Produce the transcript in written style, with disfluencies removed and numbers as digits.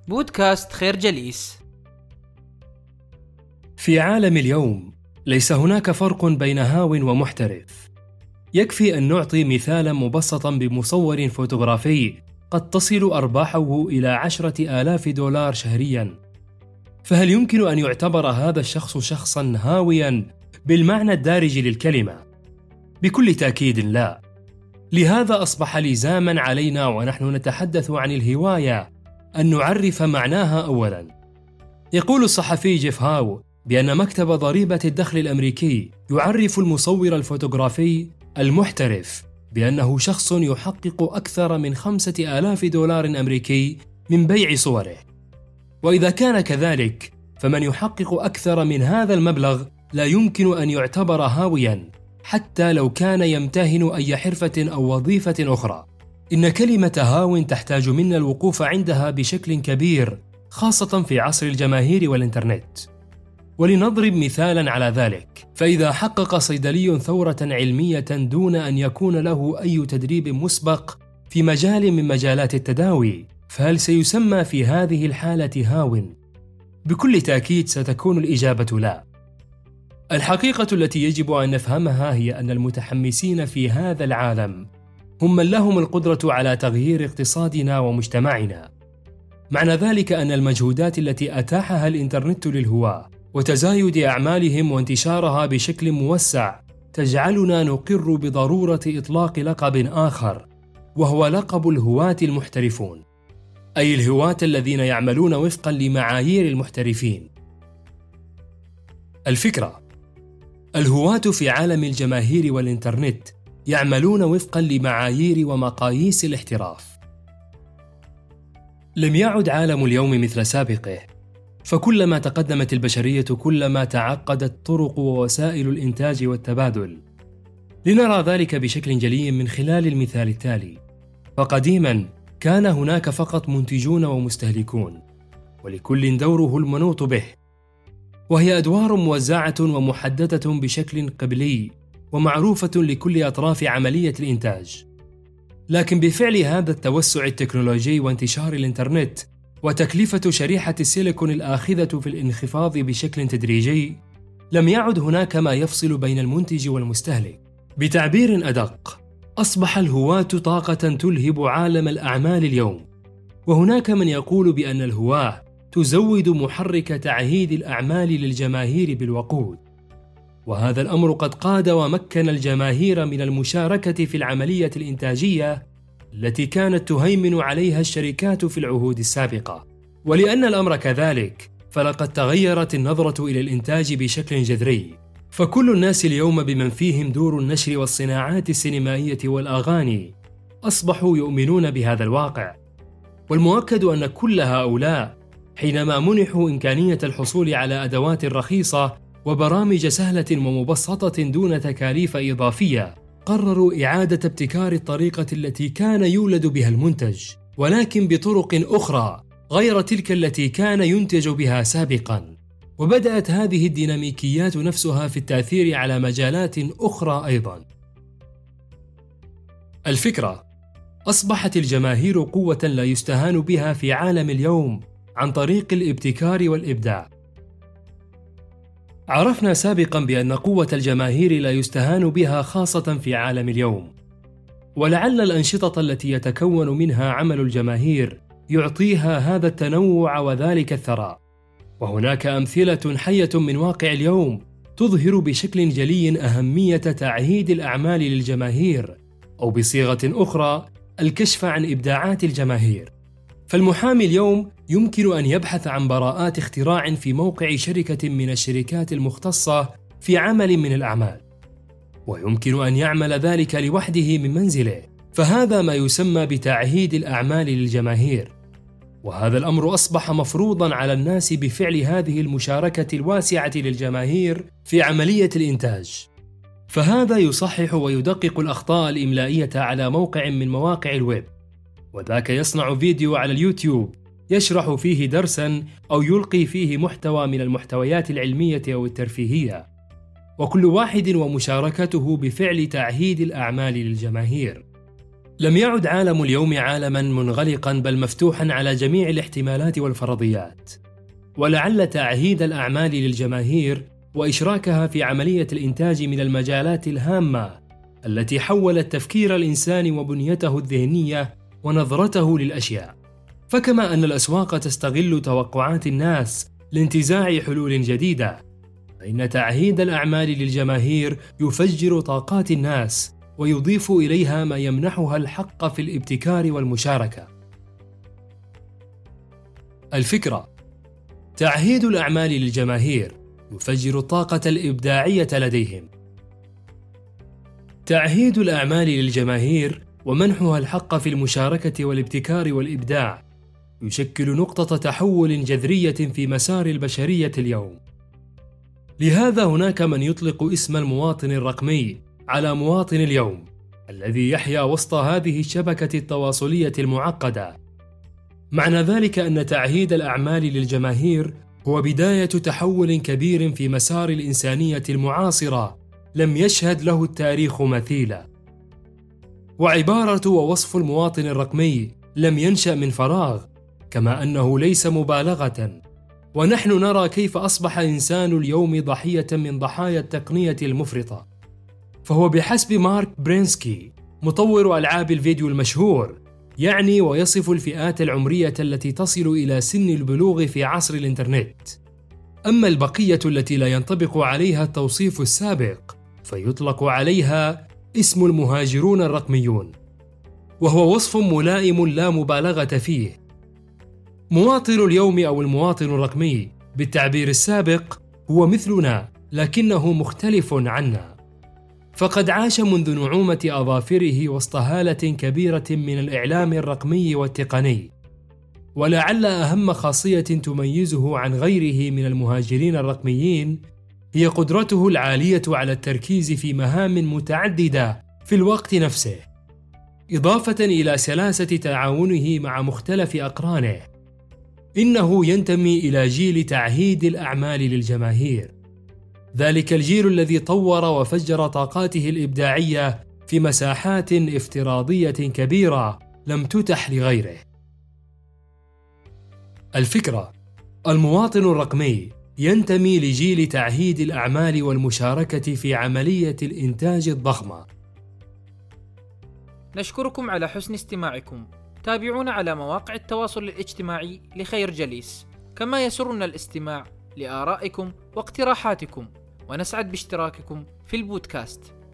بودكاست خير جليس. في عالم اليوم ليس هناك فرق بين هاو ومحترف. يكفي أن نعطي مثالا مبسطا بمصور فوتوغرافي قد تصل أرباحه إلى 10,000 دولار شهريا. فهل يمكن أن يعتبر هذا الشخص شخصا هاويا بالمعنى الدارج للكلمة؟ بكل تأكيد لا. لهذا أصبح لزاما علينا ونحن نتحدث عن الهواية أن نعرف معناها أولا. يقول الصحفي جيف هاو بأن مكتب ضريبة الدخل الأمريكي يعرف المصور الفوتوغرافي المحترف بأنه شخص يحقق أكثر من 5,000 دولار أمريكي من بيع صوره. وإذا كان كذلك فمن يحقق أكثر من هذا المبلغ لا يمكن أن يعتبر هاويا حتى لو كان يمتهن أي حرفة أو وظيفة أخرى. إن كلمة هاو تحتاج منا الوقوف عندها بشكل كبير، خاصة في عصر الجماهير والإنترنت. ولنضرب مثالا على ذلك، فإذا حقق صيدلي ثورة علمية دون أن يكون له أي تدريب مسبق في مجال من مجالات التداوي، فهل سيسمى في هذه الحالة هاو؟ بكل تأكيد ستكون الإجابة لا. الحقيقة التي يجب أن نفهمها هي أن المتحمسين في هذا العالم هم من لهم القدرة على تغيير اقتصادنا ومجتمعنا. معنى ذلك أن المجهودات التي أتاحها الإنترنت للهواة وتزايد أعمالهم وانتشارها بشكل موسع تجعلنا نقر بضرورة إطلاق لقب آخر، وهو لقب الهواة المحترفون، أي الهواة الذين يعملون وفقا لمعايير المحترفين. الفكرة: الهواة في عالم الجماهير والإنترنت يعملون وفقا لمعايير ومقاييس الاحتراف. لم يعد عالم اليوم مثل سابقه، فكلما تقدمت البشرية كلما تعقدت طرق ووسائل الإنتاج والتبادل. لنرى ذلك بشكل جلي من خلال المثال التالي. فقديما كان هناك فقط منتجون ومستهلكون، ولكل دوره المنوط به، وهي أدوار موزعة ومحددة بشكل قبلي ومعروفة لكل أطراف عملية الإنتاج. لكن بفعل هذا التوسع التكنولوجي وانتشار الإنترنت وتكلفة شريحة السيليكون الآخذة في الانخفاض بشكل تدريجي، لم يعد هناك ما يفصل بين المنتج والمستهلك. بتعبير أدق، أصبح الهواة طاقة تلهب عالم الأعمال اليوم. وهناك من يقول بأن الهواة تزود محرك تعهيد الأعمال للجماهير بالوقود، وهذا الأمر قد قاد ومكن الجماهير من المشاركة في العملية الإنتاجية التي كانت تهيمن عليها الشركات في العهود السابقة. ولأن الأمر كذلك، فلقد تغيرت النظرة إلى الإنتاج بشكل جذري، فكل الناس اليوم بمن فيهم دور النشر والصناعات السينمائية والأغاني أصبحوا يؤمنون بهذا الواقع. والمؤكد أن كل هؤلاء حينما منحوا إمكانية الحصول على أدوات رخيصة وبرامج سهلة ومبسطة دون تكاليف إضافية، قرروا إعادة ابتكار الطريقة التي كان يولد بها المنتج، ولكن بطرق أخرى غير تلك التي كان ينتج بها سابقاً. وبدأت هذه الديناميكيات نفسها في التأثير على مجالات أخرى أيضاً. الفكرة: أصبحت الجماهير قوة لا يستهان بها في عالم اليوم عن طريق الابتكار والإبداع. عرفنا سابقاً بأن قوة الجماهير لا يستهان بها خاصة في عالم اليوم، ولعل الأنشطة التي يتكون منها عمل الجماهير يعطيها هذا التنوع وذلك الثراء. وهناك أمثلة حية من واقع اليوم تظهر بشكل جلي أهمية تعهيد الأعمال للجماهير، أو بصيغة أخرى الكشف عن إبداعات الجماهير. فالمحامي اليوم يمكن أن يبحث عن براءات اختراع في موقع شركة من الشركات المختصة في عمل من الأعمال، ويمكن أن يعمل ذلك لوحده من منزله، فهذا ما يسمى بتعهيد الأعمال للجماهير. وهذا الأمر أصبح مفروضاً على الناس بفعل هذه المشاركة الواسعة للجماهير في عملية الإنتاج. فهذا يصحح ويدقق الأخطاء الإملائية على موقع من مواقع الويب، وذاك يصنع فيديو على اليوتيوب يشرح فيه درساً أو يلقي فيه محتوى من المحتويات العلمية أو الترفيهية، وكل واحد ومشاركته بفعل تعهيد الأعمال للجماهير. لم يعد عالم اليوم عالما منغلقا بل مفتوحا على جميع الاحتمالات والفرضيات، ولعل تعهيد الأعمال للجماهير وإشراكها في عملية الإنتاج من المجالات الهامة التي حولت تفكير الإنسان وبنيته الذهنية ونظرته للأشياء. فكما أن الأسواق تستغل توقعات الناس لانتزاع حلول جديدة، فإن تعهيد الأعمال للجماهير يفجر طاقات الناس ويضيف إليها ما يمنحها الحق في الابتكار والمشاركة. الفكرة: تعهيد الأعمال للجماهير يفجر الطاقة الإبداعية لديهم. تعهيد الأعمال للجماهير ومنحها الحق في المشاركة والابتكار والإبداع يشكل نقطة تحول جذرية في مسار البشرية اليوم. لهذا هناك من يطلق اسم المواطن الرقمي على مواطن اليوم الذي يحيا وسط هذه الشبكة التواصلية المعقدة. معنى ذلك أن تعهيد الأعمال للجماهير هو بداية تحول كبير في مسار الإنسانية المعاصرة لم يشهد له التاريخ مثيلا. وعبارة ووصف المواطن الرقمي لم ينشأ من فراغ، كما أنه ليس مبالغة، ونحن نرى كيف أصبح إنسان اليوم ضحية من ضحايا التقنية المفرطة. فهو بحسب مارك برينسكي مطور ألعاب الفيديو المشهور يعني ويصف الفئات العمرية التي تصل إلى سن البلوغ في عصر الإنترنت. أما البقية التي لا ينطبق عليها التوصيف السابق فيطلق عليها اسم المهاجرون الرقميون، وهو وصف ملائم لا مبالغة فيه. مواطن اليوم أو المواطن الرقمي بالتعبير السابق هو مثلنا لكنه مختلف عنا، فقد عاش منذ نعومة أظافره وسط هالة كبيرة من الإعلام الرقمي والتقني. ولعل أهم خاصية تميزه عن غيره من المهاجرين الرقميين هي قدرته العالية على التركيز في مهام متعددة في الوقت نفسه، إضافة إلى سلاسة تعاونه مع مختلف أقرانه. إنه ينتمي إلى جيل تعهيد الأعمال للجماهير، ذلك الجيل الذي طور وفجر طاقاته الإبداعية في مساحات افتراضية كبيرة لم تتح لغيره. الفكرة: المواطن الرقمي ينتمي لجيل تعهيد الأعمال والمشاركة في عملية الإنتاج الضخمة. نشكركم على حسن استماعكم. تابعونا على مواقع التواصل الاجتماعي لخير جليس، كما يسرنا الاستماع لآرائكم واقتراحاتكم، ونسعد باشتراككم في البودكاست.